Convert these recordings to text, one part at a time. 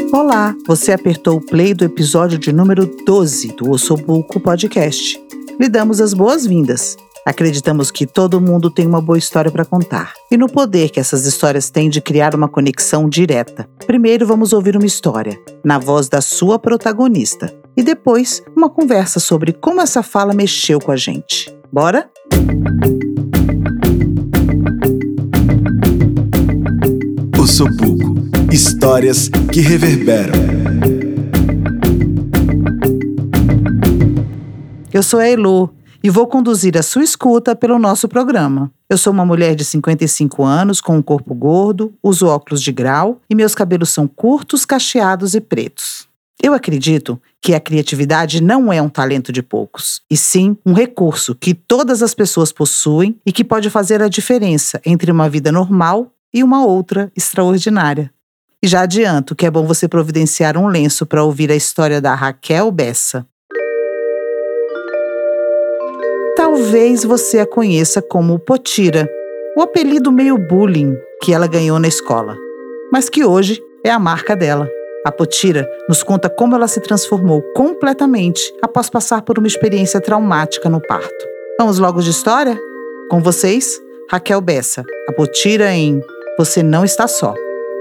Olá, você apertou o play do episódio de número 12 do Ossobuco Podcast. Lhe damos as boas-vindas. Acreditamos que todo mundo tem uma boa história para contar e no poder que essas histórias têm de criar uma conexão direta. Primeiro vamos ouvir uma história, na voz da sua protagonista, e depois uma conversa sobre como essa fala mexeu com a gente. Bora? Ossobuco. Histórias que reverberam. Eu sou a Elu e vou conduzir a sua escuta pelo nosso programa. Eu sou uma mulher de 55 anos com um corpo gordo, uso óculos de grau e meus cabelos são curtos, cacheados e pretos. Eu acredito que a criatividade não é um talento de poucos, e sim um recurso que todas as pessoas possuem e que pode fazer a diferença entre uma vida normal e uma outra extraordinária. E já adianto que é bom você providenciar um lenço para ouvir a história da Raquel Bessa. Talvez você a conheça como Potira, o apelido meio bullying que ela ganhou na escola, mas que hoje é a marca dela. A Potira nos conta como ela se transformou completamente após passar por uma experiência traumática no parto. Vamos logo de história? Com vocês, Raquel Bessa, a Potira em Você Não Está Só.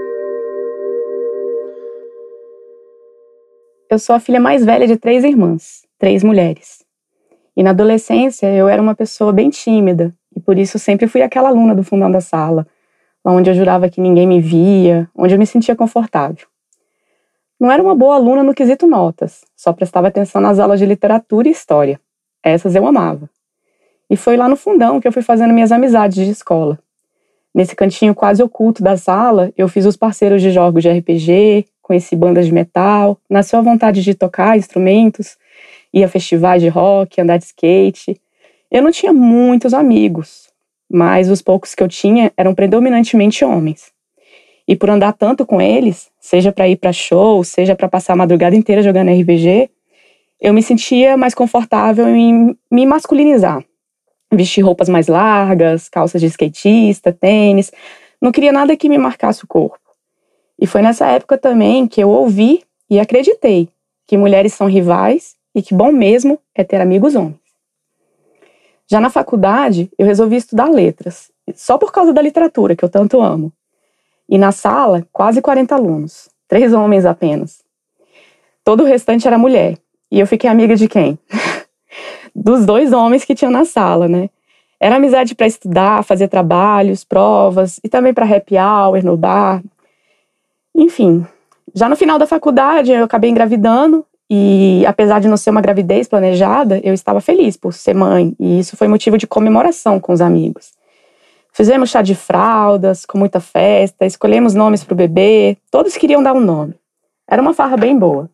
Eu sou a filha mais velha de 3 irmãs, 3 mulheres. E na adolescência eu era uma pessoa bem tímida, e por isso sempre fui aquela aluna do fundão da sala, onde eu jurava que ninguém me via, onde eu me sentia confortável. Não era uma boa aluna no quesito notas, só prestava atenção nas aulas de literatura e história. Essas eu amava. E foi lá no fundão que eu fui fazendo minhas amizades de escola. Nesse cantinho quase oculto da sala, eu fiz os parceiros de jogos de RPG, conheci bandas de metal, nasceu a vontade de tocar instrumentos, ia a festivais de rock, andar de skate. Eu não tinha muitos amigos, mas os poucos que eu tinha eram predominantemente homens. E por andar tanto com eles, seja para ir para show, seja para passar a madrugada inteira jogando RPG, eu me sentia mais confortável em me masculinizar. Vestir roupas mais largas, calças de skatista, tênis. Não queria nada que me marcasse o corpo. E foi nessa época também que eu ouvi e acreditei que mulheres são rivais e que bom mesmo é ter amigos homens. Já na faculdade, eu resolvi estudar letras, só por causa da literatura, que eu tanto amo. E na sala, quase 40 alunos, 3 homens apenas. Todo o restante era mulher. E eu fiquei amiga de quem? Dos 2 homens que tinham na sala, né? Era amizade para estudar, fazer trabalhos, provas, e também para happy hour no bar. Enfim, já no final da faculdade eu acabei engravidando e apesar de não ser uma gravidez planejada, eu estava feliz por ser mãe e isso foi motivo de comemoração com os amigos. Fizemos chá de fraldas, com muita festa, escolhemos nomes para o bebê, todos queriam dar um nome. Era uma farra bem boa.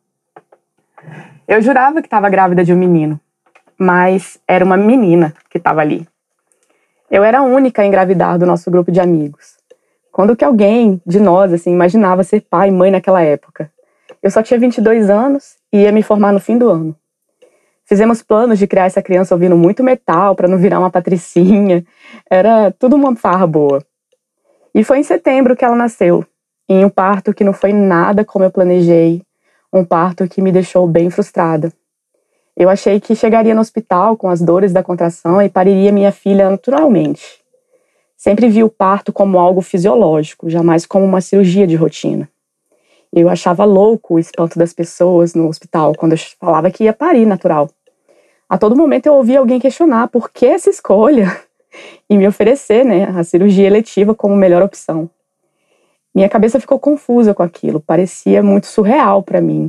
Eu jurava que estava grávida de um menino, mas era uma menina que estava ali. Eu era a única a engravidar do nosso grupo de amigos. Quando que alguém de nós imaginava ser pai e mãe naquela época? Eu só tinha 22 anos e ia me formar no fim do ano. Fizemos planos de criar essa criança ouvindo muito metal para não virar uma patricinha. Era tudo uma farra boa. E foi em setembro que ela nasceu, em um parto que não foi nada como eu planejei, um parto que me deixou bem frustrada. Eu achei que chegaria no hospital com as dores da contração e pariria minha filha naturalmente. Sempre vi o parto como algo fisiológico, jamais como uma cirurgia de rotina. Eu achava louco o espanto das pessoas no hospital quando eu falava que ia parir natural. A todo momento eu ouvia alguém questionar por que essa escolha e me oferecer, a cirurgia eletiva como melhor opção. Minha cabeça ficou confusa com aquilo, parecia muito surreal para mim.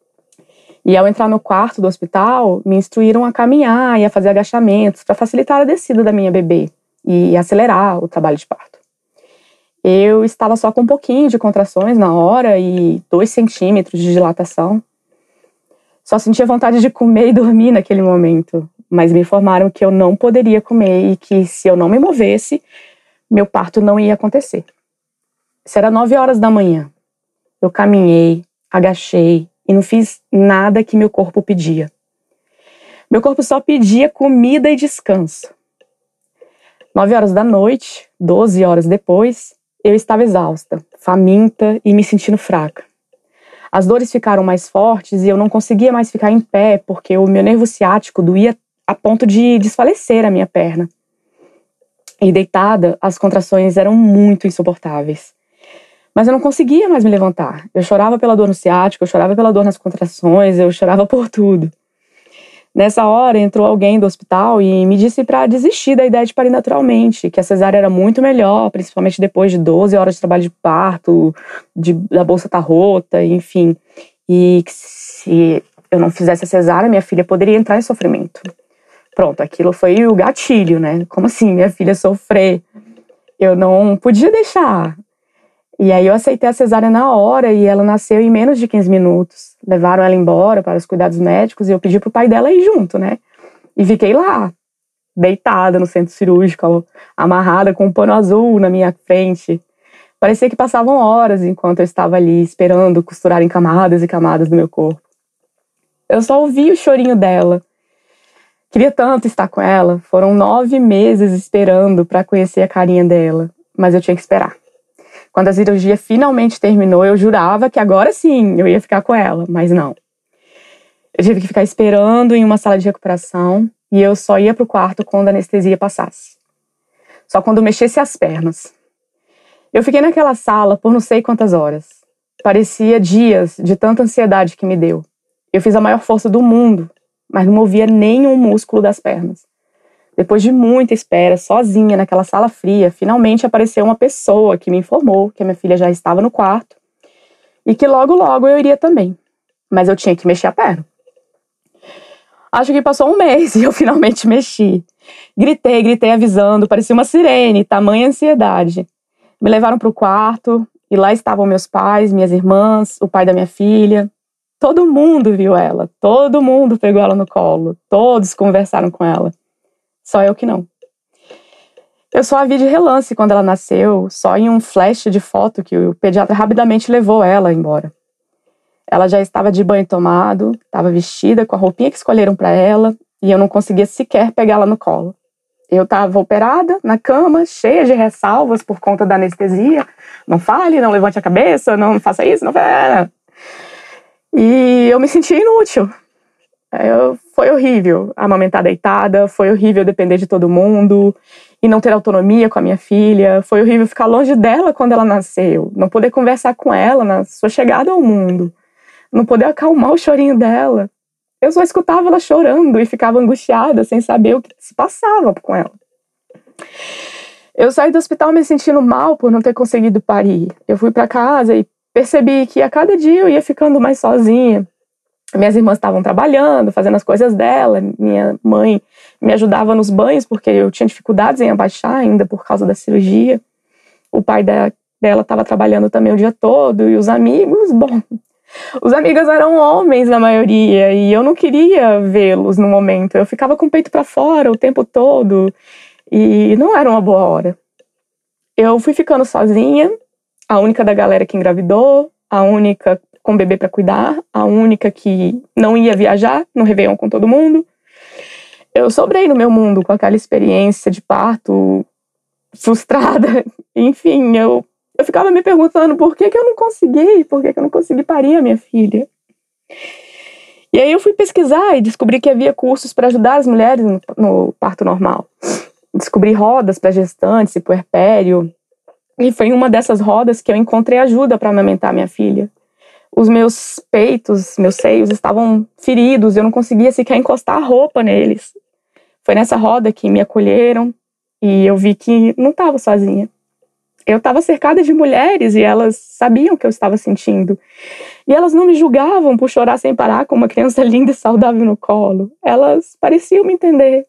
E ao entrar no quarto do hospital, me instruíram a caminhar e a fazer agachamentos para facilitar a descida da minha bebê e acelerar o trabalho de parto. Eu estava só com um pouquinho de contrações na hora e 2 centímetros de dilatação. Só sentia vontade de comer e dormir naquele momento, mas me informaram que eu não poderia comer e que se eu não me movesse, meu parto não ia acontecer. Isso era 9 horas da manhã. Eu caminhei, agachei e não fiz nada que meu corpo pedia. Meu corpo só pedia comida e descanso. 9 horas da noite, 12 horas depois, eu estava exausta, faminta e me sentindo fraca. As dores ficaram mais fortes e eu não conseguia mais ficar em pé, porque o meu nervo ciático doía a ponto de desfalecer a minha perna. E deitada, as contrações eram muito insuportáveis. Mas eu não conseguia mais me levantar. Eu chorava pela dor no ciático, eu chorava pela dor nas contrações, eu chorava por tudo. Nessa hora, entrou alguém do hospital e me disse para desistir da ideia de parir naturalmente, que a cesárea era muito melhor, principalmente depois de 12 horas de trabalho de parto, da bolsa tá rota, enfim. E que se eu não fizesse a cesárea, minha filha poderia entrar em sofrimento. Pronto, aquilo foi o gatilho, né? Como assim, minha filha sofrer? Eu não podia deixar. E aí eu aceitei a cesárea na hora e ela nasceu em menos de 15 minutos. Levaram ela embora para os cuidados médicos e eu pedi pro pai dela ir junto, né? E fiquei lá, deitada no centro cirúrgico, amarrada com um pano azul na minha frente. Parecia que passavam horas enquanto eu estava ali esperando costurarem camadas e camadas do meu corpo. Eu só ouvi o chorinho dela. Queria tanto estar com ela. Foram 9 meses esperando para conhecer a carinha dela. Mas eu tinha que esperar. Quando a cirurgia finalmente terminou, eu jurava que agora sim eu ia ficar com ela. Mas não. Eu tive que ficar esperando em uma sala de recuperação. E eu só ia pro quarto quando a anestesia passasse. Só quando mexesse as pernas. Eu fiquei naquela sala por não sei quantas horas. Parecia dias de tanta ansiedade que me deu. Eu fiz a maior força do mundo, mas não movia nenhum músculo das pernas. Depois de muita espera, sozinha naquela sala fria, finalmente apareceu uma pessoa que me informou que a minha filha já estava no quarto e que logo logo eu iria também. Mas eu tinha que mexer a perna. Acho que passou um mês e eu finalmente mexi. Gritei avisando, parecia uma sirene, tamanha ansiedade. Me levaram para o quarto e lá estavam meus pais, minhas irmãs, o pai da minha filha. Todo mundo viu ela, todo mundo pegou ela no colo, todos conversaram com ela. Só eu que não. Eu só a vi de relance quando ela nasceu, só em um flash de foto que o pediatra rapidamente levou ela embora. Ela já estava de banho tomado, estava vestida com a roupinha que escolheram para ela e eu não conseguia sequer pegá-la no colo. Eu estava operada, na cama, cheia de ressalvas por conta da anestesia. Não fale, não levante a cabeça, não faça isso, não... E eu me senti inútil. Foi horrível amamentar deitada, foi horrível depender de todo mundo e não ter autonomia com a minha filha, foi horrível ficar longe dela quando ela nasceu, não poder conversar com ela na sua chegada ao mundo, não poder acalmar o chorinho dela. Eu só escutava ela chorando e ficava angustiada sem saber o que se passava com ela. Eu saí do hospital me sentindo mal por não ter conseguido parir. Eu fui para casa e percebi que a cada dia eu ia ficando mais sozinha. Minhas irmãs estavam trabalhando, fazendo as coisas dela. Minha mãe me ajudava nos banhos, porque eu tinha dificuldades em abaixar ainda por causa da cirurgia. O pai dela estava trabalhando também o dia todo. E os amigos, bom... Os amigos eram homens na maioria. E eu não queria vê-los no momento. Eu ficava com o peito para fora o tempo todo. E não era uma boa hora. Eu fui ficando sozinha. A única da galera que engravidou, a única com bebê para cuidar, a única que não ia viajar no Réveillon com todo mundo. Eu sobrei no meu mundo com aquela experiência de parto frustrada. Enfim, eu ficava me perguntando por que eu não consegui parir a minha filha. E aí eu fui pesquisar e descobri que havia cursos para ajudar as mulheres no parto normal. Descobri rodas para gestantes e puerpério. E foi em uma dessas rodas que eu encontrei ajuda para amamentar minha filha. Os meus peitos, meus seios estavam feridos, eu não conseguia sequer encostar a roupa neles. Foi nessa roda que me acolheram e eu vi que não estava sozinha. Eu estava cercada de mulheres e elas sabiam o que eu estava sentindo. E elas não me julgavam por chorar sem parar com uma criança linda e saudável no colo. Elas pareciam me entender.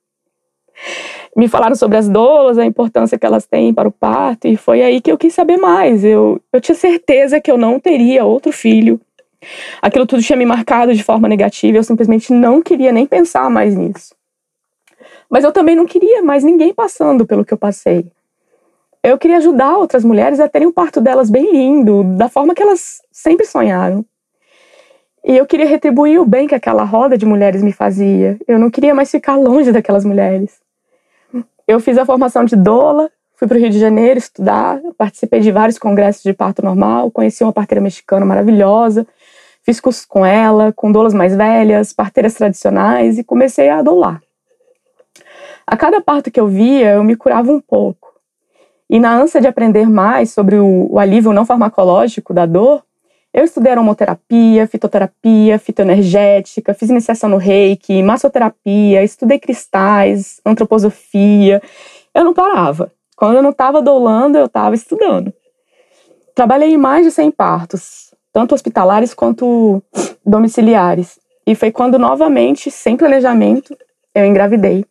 Me falaram sobre as doulas, a importância que elas têm para o parto, e foi aí que eu quis saber mais. Eu tinha certeza que eu não teria outro filho. Aquilo tudo tinha me marcado de forma negativa, eu simplesmente não queria nem pensar mais nisso. Mas eu também não queria mais ninguém passando pelo que eu passei. Eu queria ajudar outras mulheres a terem o parto delas bem lindo, da forma que elas sempre sonharam. E eu queria retribuir o bem que aquela roda de mulheres me fazia. Eu não queria mais ficar longe daquelas mulheres. Eu fiz a formação de doula, fui para o Rio de Janeiro estudar, participei de vários congressos de parto normal, conheci uma parteira mexicana maravilhosa, fiz cursos com ela, com doulas mais velhas, parteiras tradicionais e comecei a doular. A cada parto que eu via, eu me curava um pouco. E na ânsia de aprender mais sobre o alívio não farmacológico da dor, eu estudei aromoterapia, fitoterapia, fitoenergética, fiz iniciação no reiki, massoterapia, estudei cristais, antroposofia. Eu não parava. Quando eu não estava doulando, eu estava estudando. Trabalhei em mais de 100 partos, tanto hospitalares quanto domiciliares. E foi quando, novamente, sem planejamento, eu engravidei.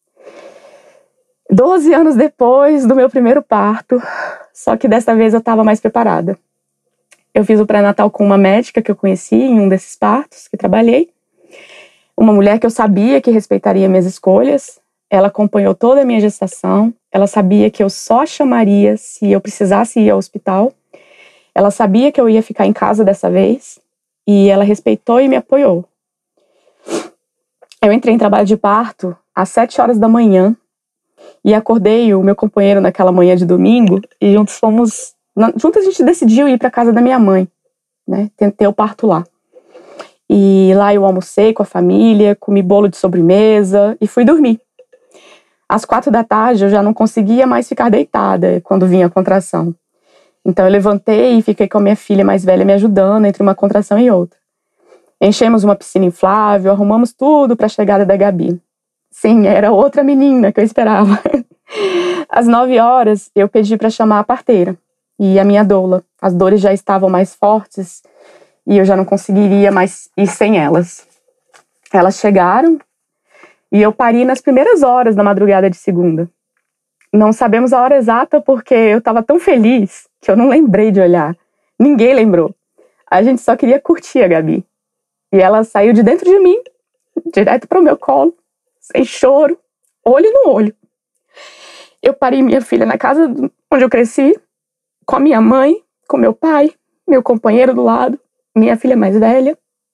12 anos depois do meu primeiro parto, só que dessa vez eu estava mais preparada. Eu fiz o pré-natal com uma médica que eu conheci em um desses partos que trabalhei. Uma mulher que eu sabia que respeitaria minhas escolhas. Ela acompanhou toda a minha gestação. Ela sabia que eu só chamaria se eu precisasse ir ao hospital. Ela sabia que eu ia ficar em casa dessa vez. E ela respeitou e me apoiou. Eu entrei em trabalho de parto às 7 horas da manhã. E acordei o meu companheiro naquela manhã de domingo e juntos a gente decidiu ir para casa da minha mãe, né? Tentei o parto lá. E lá eu almocei com a família, comi bolo de sobremesa e fui dormir. Às 4 da tarde eu já não conseguia mais ficar deitada quando vinha a contração. Então eu levantei e fiquei com a minha filha mais velha me ajudando entre uma contração e outra. Enchemos uma piscina inflável, arrumamos tudo para a chegada da Gabi. Sim, era outra menina que eu esperava. Às 9 horas, eu pedi para chamar a parteira e a minha doula. As dores já estavam mais fortes e eu já não conseguiria mais ir sem elas. Elas chegaram e eu pari nas primeiras horas da madrugada de segunda. Não sabemos a hora exata porque eu estava tão feliz que eu não lembrei de olhar. Ninguém lembrou. A gente só queria curtir a Gabi. E ela saiu de dentro de mim, direto para o meu colo, sem choro, olho no olho. Eu parei minha filha na casa onde eu cresci, com a minha mãe, com meu pai, meu companheiro do lado, minha filha mais velha.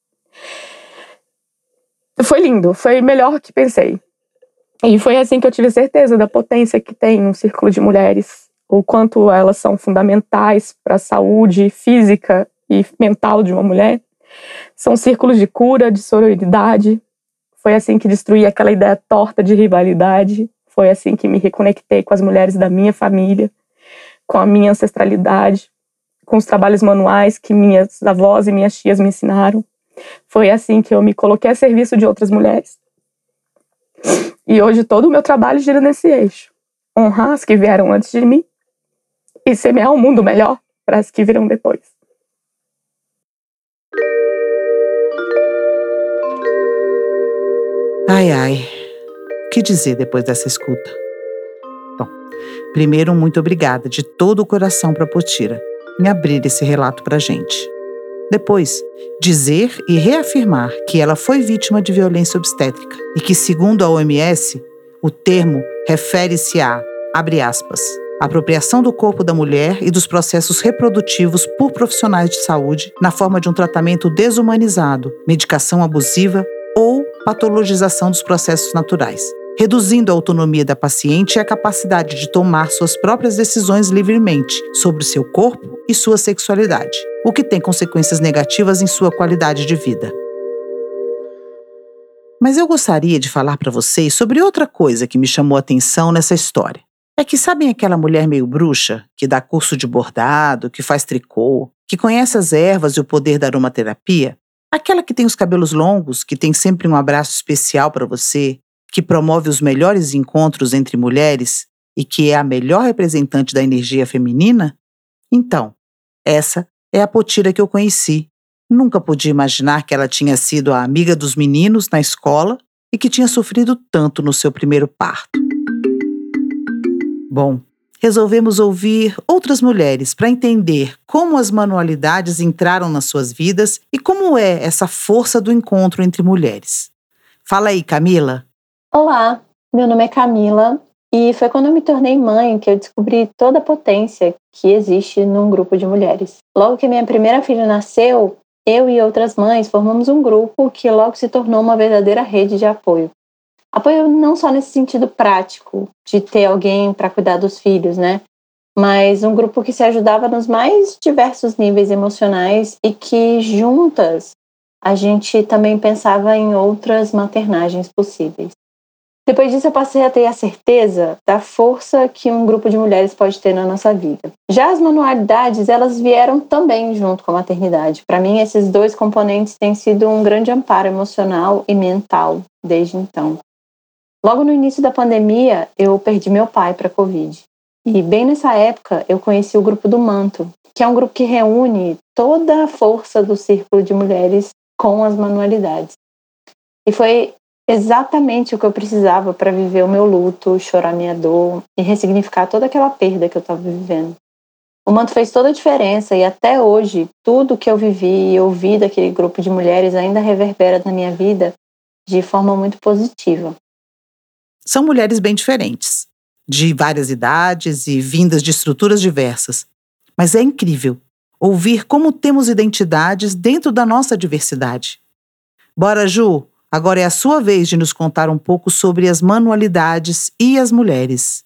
Foi lindo, foi melhor que pensei. E foi assim que eu tive certeza da potência que tem um círculo de mulheres, o quanto elas são fundamentais para a saúde física e mental de uma mulher. São círculos de cura, de sororidade. Foi assim que destruí aquela ideia torta de rivalidade. Foi assim que me reconectei com as mulheres da minha família, com a minha ancestralidade, com os trabalhos manuais que minhas avós e minhas tias me ensinaram. Foi assim que eu me coloquei a serviço de outras mulheres. E hoje todo o meu trabalho gira nesse eixo. Honrar as que vieram antes de mim e semear um mundo melhor para as que virão depois. Ai, ai. O que dizer depois dessa escuta? Bom, primeiro, muito obrigada de todo o coração para a Potira em abrir esse relato para a gente. Depois, dizer e reafirmar que ela foi vítima de violência obstétrica e que, segundo a OMS, o termo refere-se a, abre aspas, apropriação do corpo da mulher e dos processos reprodutivos por profissionais de saúde na forma de um tratamento desumanizado, medicação abusiva ou patologização dos processos naturais, reduzindo a autonomia da paciente e a capacidade de tomar suas próprias decisões livremente sobre seu corpo e sua sexualidade, o que tem consequências negativas em sua qualidade de vida. Mas eu gostaria de falar para vocês sobre outra coisa que me chamou a atenção nessa história. É que sabem aquela mulher meio bruxa, que dá curso de bordado, que faz tricô, que conhece as ervas e o poder da aromaterapia? Aquela que tem os cabelos longos, que tem sempre um abraço especial para você, que promove os melhores encontros entre mulheres e que é a melhor representante da energia feminina? Então, essa é a Potira que eu conheci. Nunca podia imaginar que ela tinha sido a amiga dos meninos na escola e que tinha sofrido tanto no seu primeiro parto. Bom, resolvemos ouvir outras mulheres para entender como as manualidades entraram nas suas vidas e como é essa força do encontro entre mulheres. Fala aí, Camila. Olá, meu nome é Camila e foi quando eu me tornei mãe que eu descobri toda a potência que existe num grupo de mulheres. Logo que minha primeira filha nasceu, eu e outras mães formamos um grupo que logo se tornou uma verdadeira rede de apoio. Apoio não só nesse sentido prático, de ter alguém para cuidar dos filhos, né? Mas um grupo que se ajudava nos mais diversos níveis emocionais e que juntas a gente também pensava em outras maternagens possíveis. Depois disso eu passei a ter a certeza da força que um grupo de mulheres pode ter na nossa vida. Já as manualidades, elas vieram também junto com a maternidade. Para mim, esses dois componentes têm sido um grande amparo emocional e mental desde então. Logo no início da pandemia, eu perdi meu pai para a Covid. E bem nessa época, eu conheci o grupo do Manto, que é um grupo que reúne toda a força do círculo de mulheres com as manualidades. E foi exatamente o que eu precisava para viver o meu luto, chorar minha dor e ressignificar toda aquela perda que eu estava vivendo. O Manto fez toda a diferença e até hoje, tudo que eu vivi e ouvi daquele grupo de mulheres ainda reverbera na minha vida de forma muito positiva. São mulheres bem diferentes, de várias idades e vindas de estruturas diversas. Mas é incrível ouvir como temos identidades dentro da nossa diversidade. Bora, Ju! Agora é a sua vez de nos contar um pouco sobre as manualidades e as mulheres.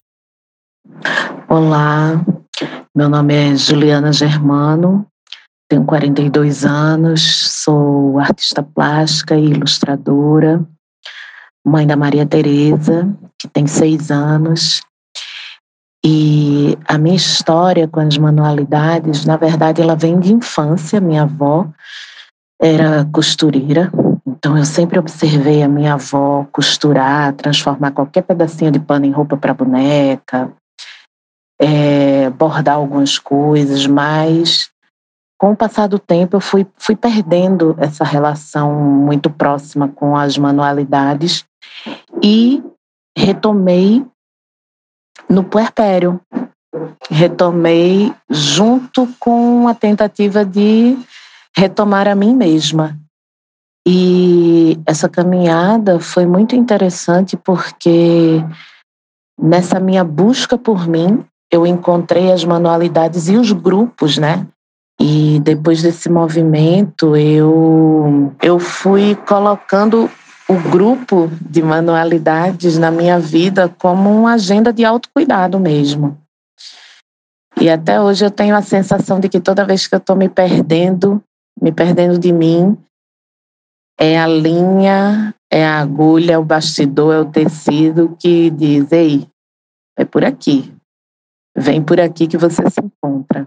Olá, meu nome é Juliana Germano, tenho 42 anos, sou artista plástica e ilustradora, mãe da Maria Tereza, que tem 6 anos. E a minha história com as manualidades, na verdade, ela vem de infância. Minha avó era costureira, então eu sempre observei a minha avó costurar, transformar qualquer pedacinho de pano em roupa para boneca, bordar algumas coisas, mas com o passar do tempo eu fui perdendo essa relação muito próxima com as manualidades e retomei no puerpério. Retomei junto com a tentativa de retomar a mim mesma. E essa caminhada foi muito interessante porque nessa minha busca por mim, eu encontrei as manualidades e os grupos, né? E depois desse movimento, eu fui colocando o grupo de manualidades na minha vida como uma agenda de autocuidado mesmo. E até hoje eu tenho a sensação de que toda vez que eu estou me perdendo de mim, é a linha, é a agulha, é o bastidor, é o tecido que diz: ei, é por aqui. Vem por aqui que você se encontra.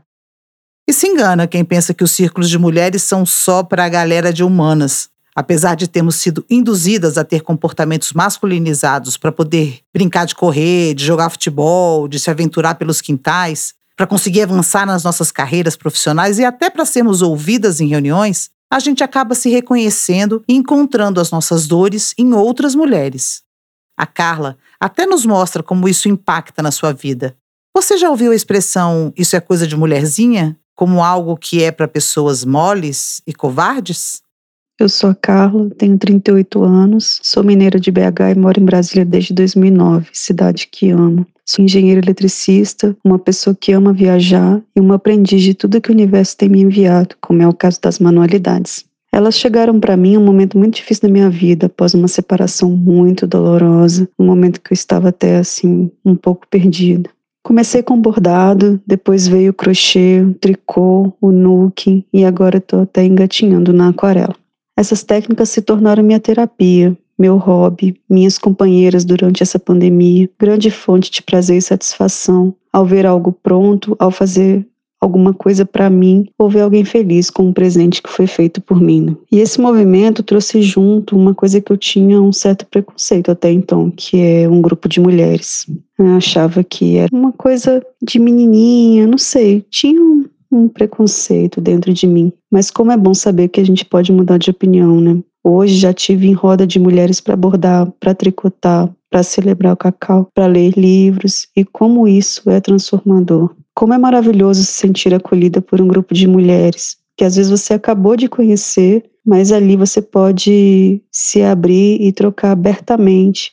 E se engana quem pensa que os círculos de mulheres são só para a galera de humanas. Apesar de termos sido induzidas a ter comportamentos masculinizados para poder brincar de correr, de jogar futebol, de se aventurar pelos quintais, para conseguir avançar nas nossas carreiras profissionais e até para sermos ouvidas em reuniões, a gente acaba se reconhecendo e encontrando as nossas dores em outras mulheres. A Carla até nos mostra como isso impacta na sua vida. Você já ouviu a expressão "isso é coisa de mulherzinha" como algo que é para pessoas moles e covardes? Eu sou a Carla, tenho 38 anos, sou mineira de BH e moro em Brasília desde 2009, cidade que amo. Sou engenheira eletricista, uma pessoa que ama viajar e uma aprendiz de tudo que o universo tem me enviado, como é o caso das manualidades. Elas chegaram para mim em um momento muito difícil da minha vida, após uma separação muito dolorosa, um momento que eu estava até assim, um pouco perdida. Comecei com bordado, depois veio o crochê, o tricô, o nuke e agora estou até engatinhando na aquarela. Essas técnicas se tornaram minha terapia, meu hobby, minhas companheiras durante essa pandemia, grande fonte de prazer e satisfação ao ver algo pronto, ao fazer alguma coisa para mim ou ver alguém feliz com um presente que foi feito por mim. E esse movimento trouxe junto uma coisa que eu tinha um certo preconceito até então, que é um grupo de mulheres. Eu achava que era uma coisa de menininha, não sei, tinha um preconceito dentro de mim. Mas como é bom saber que a gente pode mudar de opinião, né? Hoje já tive em roda de mulheres para bordar, para tricotar, para celebrar o cacau, para ler livros e como isso é transformador. Como é maravilhoso se sentir acolhida por um grupo de mulheres que às vezes você acabou de conhecer, mas ali você pode se abrir e trocar abertamente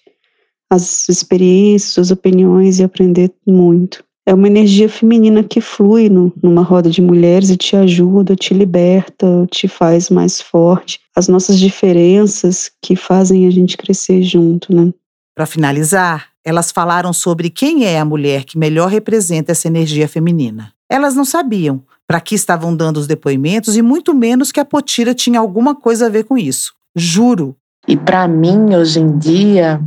as experiências, suas opiniões e aprender muito. É uma energia feminina que flui numa roda de mulheres e te ajuda, te liberta, te faz mais forte. As nossas diferenças que fazem a gente crescer junto, né? Para finalizar, elas falaram sobre quem é a mulher que melhor representa essa energia feminina. Elas não sabiam para que estavam dando os depoimentos e muito menos que a Potira tinha alguma coisa a ver com isso. Juro. E para mim, hoje em dia,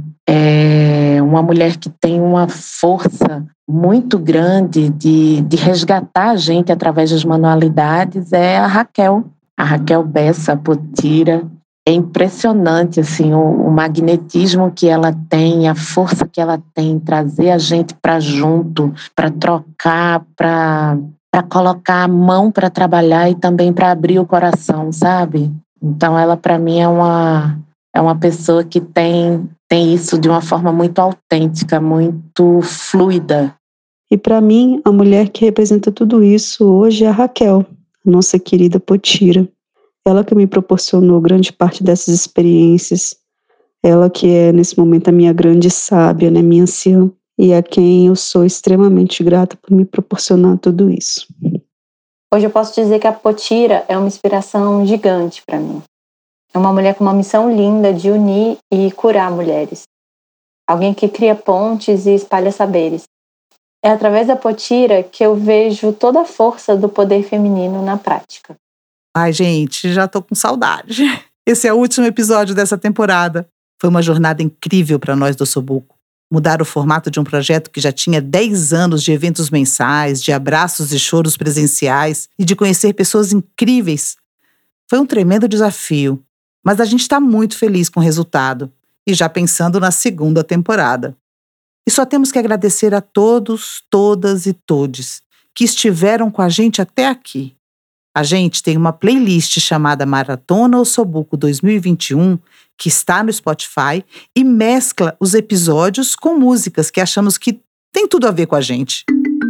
uma mulher que tem uma força muito grande de resgatar a gente através das manualidades é a Raquel Bessa, a Potira. É impressionante assim, o magnetismo que ela tem, a força que ela tem, trazer a gente para junto, para trocar, para colocar a mão para trabalhar e também para abrir o coração, sabe? Então ela para mim é uma pessoa que tem isso de uma forma muito autêntica, muito fluida. E para mim, a mulher que representa tudo isso hoje é a Raquel, a nossa querida Potira. Ela que me proporcionou grande parte dessas experiências. Ela que é, nesse momento, a minha grande sábia, né, minha anciã. E a quem eu sou extremamente grata por me proporcionar tudo isso. Hoje eu posso dizer que a Potira é uma inspiração gigante para mim. É uma mulher com uma missão linda de unir e curar mulheres. Alguém que cria pontes e espalha saberes. É através da Potira que eu vejo toda a força do poder feminino na prática. Ai, gente, já tô com saudade. Esse é o último episódio dessa temporada. Foi uma jornada incrível para nós do Osobuco. Mudar o formato de um projeto que já tinha 10 anos de eventos mensais, de abraços e choros presenciais e de conhecer pessoas incríveis. Foi um tremendo desafio, mas a gente está muito feliz com o resultado e já pensando na segunda temporada. E só temos que agradecer a todos, todas e todes que estiveram com a gente até aqui. A gente tem uma playlist chamada Maratona Osobuco 2021 que está no Spotify e mescla os episódios com músicas que achamos que tem tudo a ver com a gente.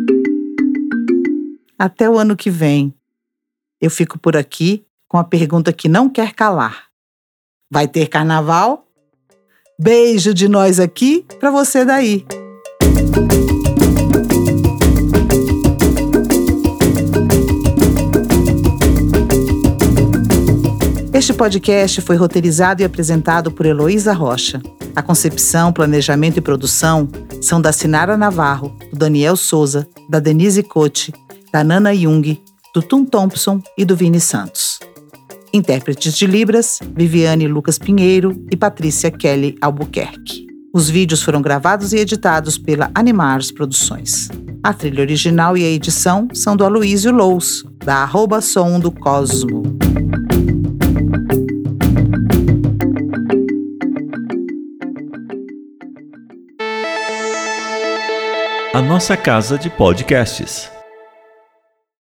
Até o ano que vem. Eu fico por aqui com a pergunta que não quer calar. Vai ter carnaval? Beijo de nós aqui para você daí. Este podcast foi roteirizado e apresentado por Heloísa Rocha. A concepção, planejamento e produção são da Sinara Navarro, do Daniel Souza, da Denise Cote, da Nana Jung, do Tum Thompson e do Vini Santos. Intérpretes de Libras, Viviane Lucas Pinheiro e Patrícia Kelly Albuquerque. Os vídeos foram gravados e editados pela Animars Produções. A trilha original e a edição são do Aloysio Lous, da @som do Cosmo. A nossa casa de podcasts.